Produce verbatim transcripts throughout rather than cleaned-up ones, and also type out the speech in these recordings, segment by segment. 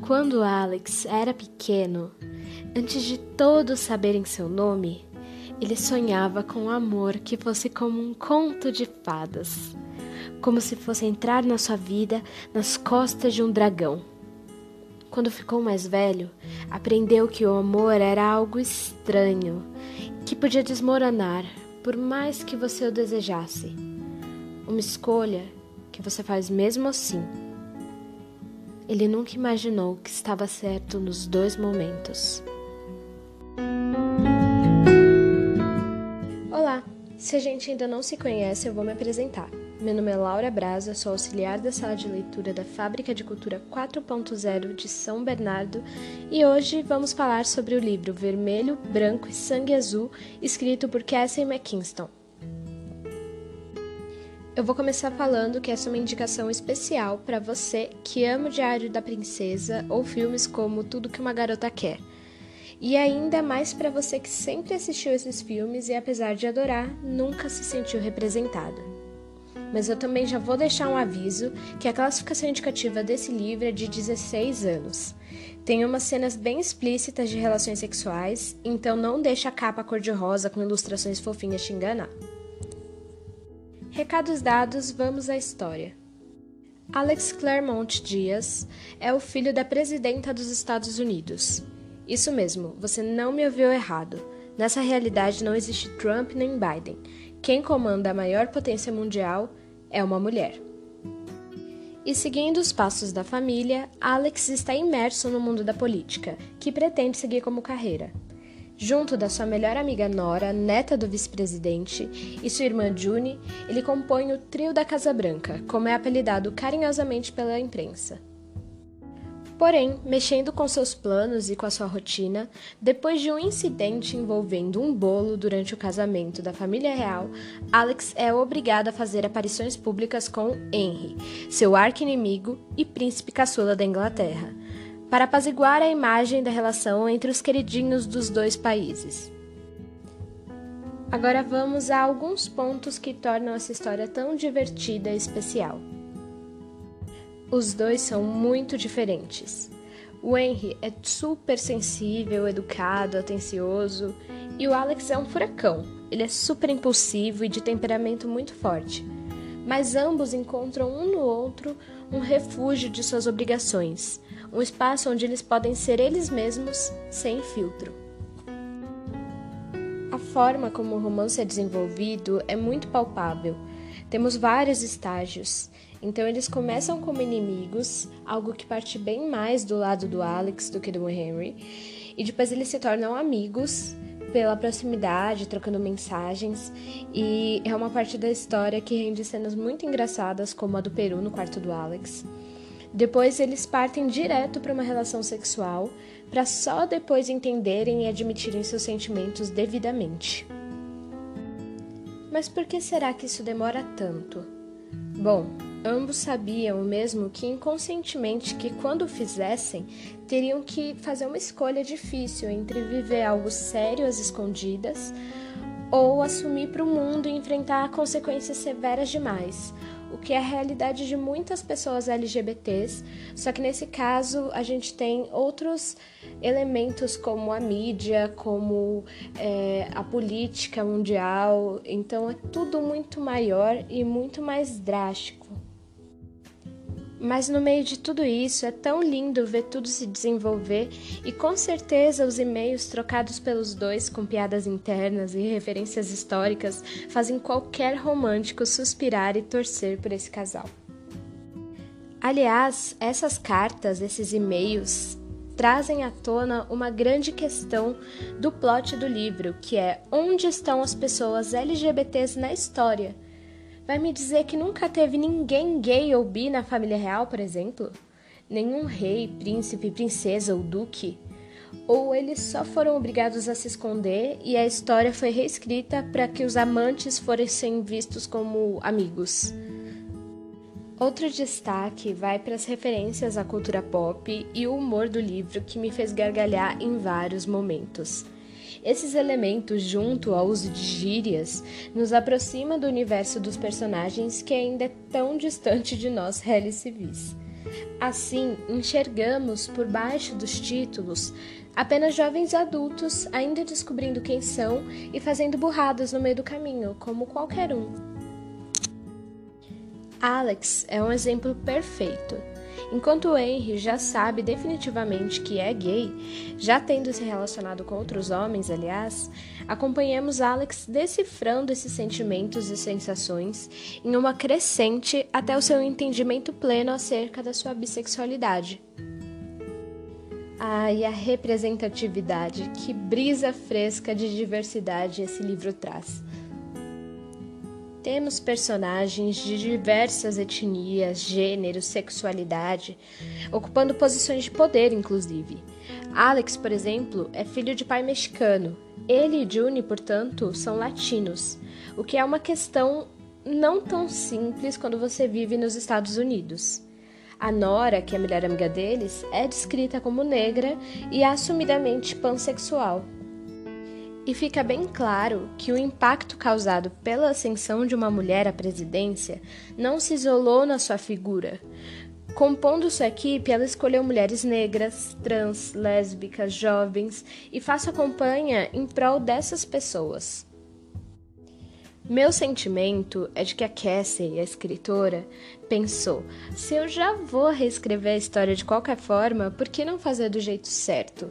Quando Alex era pequeno, antes de todos saberem seu nome, ele sonhava com um amor que fosse como um conto de fadas, como se fosse entrar na sua vida nas costas de um dragão. Quando ficou mais velho, aprendeu que o amor era algo estranho, que podia desmoronar por mais que você o desejasse. Uma escolha que você faz mesmo assim. Ele nunca imaginou que estava certo nos dois momentos. Olá! Se a gente ainda não se conhece, eu vou me apresentar. Meu nome é Laura Braza, sou auxiliar da sala de leitura da Fábrica de Cultura quatro ponto zero de São Bernardo e hoje vamos falar sobre o livro Vermelho, Branco e Sangue Azul, escrito por Cassie McKinston. Eu vou começar falando que essa é uma indicação especial para você que ama o Diário da Princesa ou filmes como Tudo que uma Garota Quer. E ainda mais para você que sempre assistiu esses filmes e, apesar de adorar, nunca se sentiu representada. Mas eu também já vou deixar um aviso que a classificação indicativa desse livro é de dezesseis anos. Tem umas cenas bem explícitas de relações sexuais, então não deixe a capa cor-de-rosa com ilustrações fofinhas te enganar. Recados dados, vamos à história. Alex Claremont Dias é o filho da presidenta dos Estados Unidos. Isso mesmo, você não me ouviu errado. Nessa realidade não existe Trump nem Biden. Quem comanda a maior potência mundial é uma mulher. E seguindo os passos da família, Alex está imerso no mundo da política, que pretende seguir como carreira. Junto da sua melhor amiga Nora, neta do vice-presidente, e sua irmã June, ele compõe o Trio da Casa Branca, como é apelidado carinhosamente pela imprensa. Porém, mexendo com seus planos e com a sua rotina, depois de um incidente envolvendo um bolo durante o casamento da família real, Alex é obrigado a fazer aparições públicas com Henry, seu arqui-inimigo e príncipe caçula da Inglaterra, para apaziguar a imagem da relação entre os queridinhos dos dois países. Agora vamos a alguns pontos que tornam essa história tão divertida e especial. Os dois são muito diferentes. O Henry é super sensível, educado, atencioso, e o Alex é um furacão. Ele é super impulsivo e de temperamento muito forte. Mas ambos encontram um no outro um refúgio de suas obrigações, um espaço onde eles podem ser eles mesmos, sem filtro. A forma como o romance é desenvolvido é muito palpável. Temos vários estágios. Então eles começam como inimigos, algo que parte bem mais do lado do Alex do que do Henry, e depois eles se tornam amigos pela proximidade, trocando mensagens, e é uma parte da história que rende cenas muito engraçadas, como a do peru no quarto do Alex. Depois eles partem direto para uma relação sexual, para só depois entenderem e admitirem seus sentimentos devidamente. Mas por que será que isso demora tanto? Bom, ambos sabiam mesmo que inconscientemente que quando o fizessem, teriam que fazer uma escolha difícil entre viver algo sério às escondidas ou assumir para o mundo e enfrentar consequências severas demais, o que é a realidade de muitas pessoas L G B Ts, só que nesse caso a gente tem outros elementos como a mídia, como é, a política mundial, então é tudo muito maior e muito mais drástico. Mas no meio de tudo isso, é tão lindo ver tudo se desenvolver e com certeza os e-mails trocados pelos dois com piadas internas e referências históricas fazem qualquer romântico suspirar e torcer por esse casal. Aliás, essas cartas, esses e-mails, trazem à tona uma grande questão do plot do livro, que é onde estão as pessoas L G B Ts na história? Vai me dizer que nunca teve ninguém gay ou bi na família real, por exemplo? Nenhum rei, príncipe, princesa ou duque? Ou eles só foram obrigados a se esconder e a história foi reescrita para que os amantes fossem vistos como amigos? Outro destaque vai para as referências à cultura pop e o humor do livro que me fez gargalhar em vários momentos. Esses elementos, junto ao uso de gírias, nos aproxima do universo dos personagens que ainda é tão distante de nós réis civis. Assim, enxergamos por baixo dos títulos apenas jovens adultos ainda descobrindo quem são e fazendo burradas no meio do caminho, como qualquer um. Alex é um exemplo perfeito. Enquanto Henry já sabe definitivamente que é gay, já tendo se relacionado com outros homens, aliás, acompanhamos Alex decifrando esses sentimentos e sensações em uma crescente até o seu entendimento pleno acerca da sua bissexualidade. Ah, e a representatividade, que brisa fresca de diversidade esse livro traz. Temos personagens de diversas etnias, gêneros, sexualidade, ocupando posições de poder, inclusive. Alex, por exemplo, é filho de pai mexicano. Ele e Juni, portanto, são latinos, o que é uma questão não tão simples quando você vive nos Estados Unidos. A Nora, que é a melhor amiga deles, é descrita como negra e assumidamente pansexual. E fica bem claro que o impacto causado pela ascensão de uma mulher à presidência não se isolou na sua figura. Compondo sua equipe, ela escolheu mulheres negras, trans, lésbicas, jovens e faz sua campanha em prol dessas pessoas. Meu sentimento é de que a Cassie, a escritora, pensou: se eu já vou reescrever a história de qualquer forma, por que não fazer do jeito certo?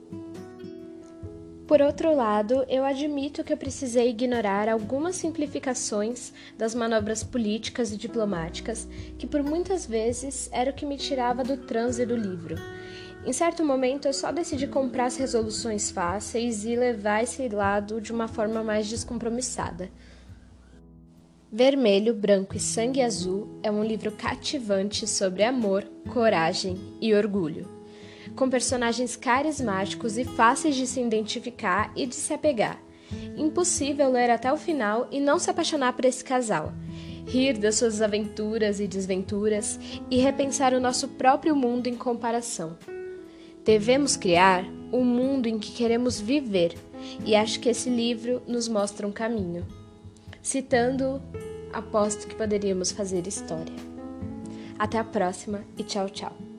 Por outro lado, eu admito que eu precisei ignorar algumas simplificações das manobras políticas e diplomáticas, que por muitas vezes era o que me tirava do transe do livro. Em certo momento, eu só decidi comprar as resoluções fáceis e levar esse lado de uma forma mais descompromissada. Vermelho, Branco e Sangue Azul é um livro cativante sobre amor, coragem e orgulho, com personagens carismáticos e fáceis de se identificar e de se apegar. Impossível ler até o final e não se apaixonar por esse casal, rir das suas aventuras e desventuras e repensar o nosso próprio mundo em comparação. Devemos criar o mundo em que queremos viver, e acho que esse livro nos mostra um caminho. Citando, aposto que poderíamos fazer história. Até a próxima e tchau, tchau.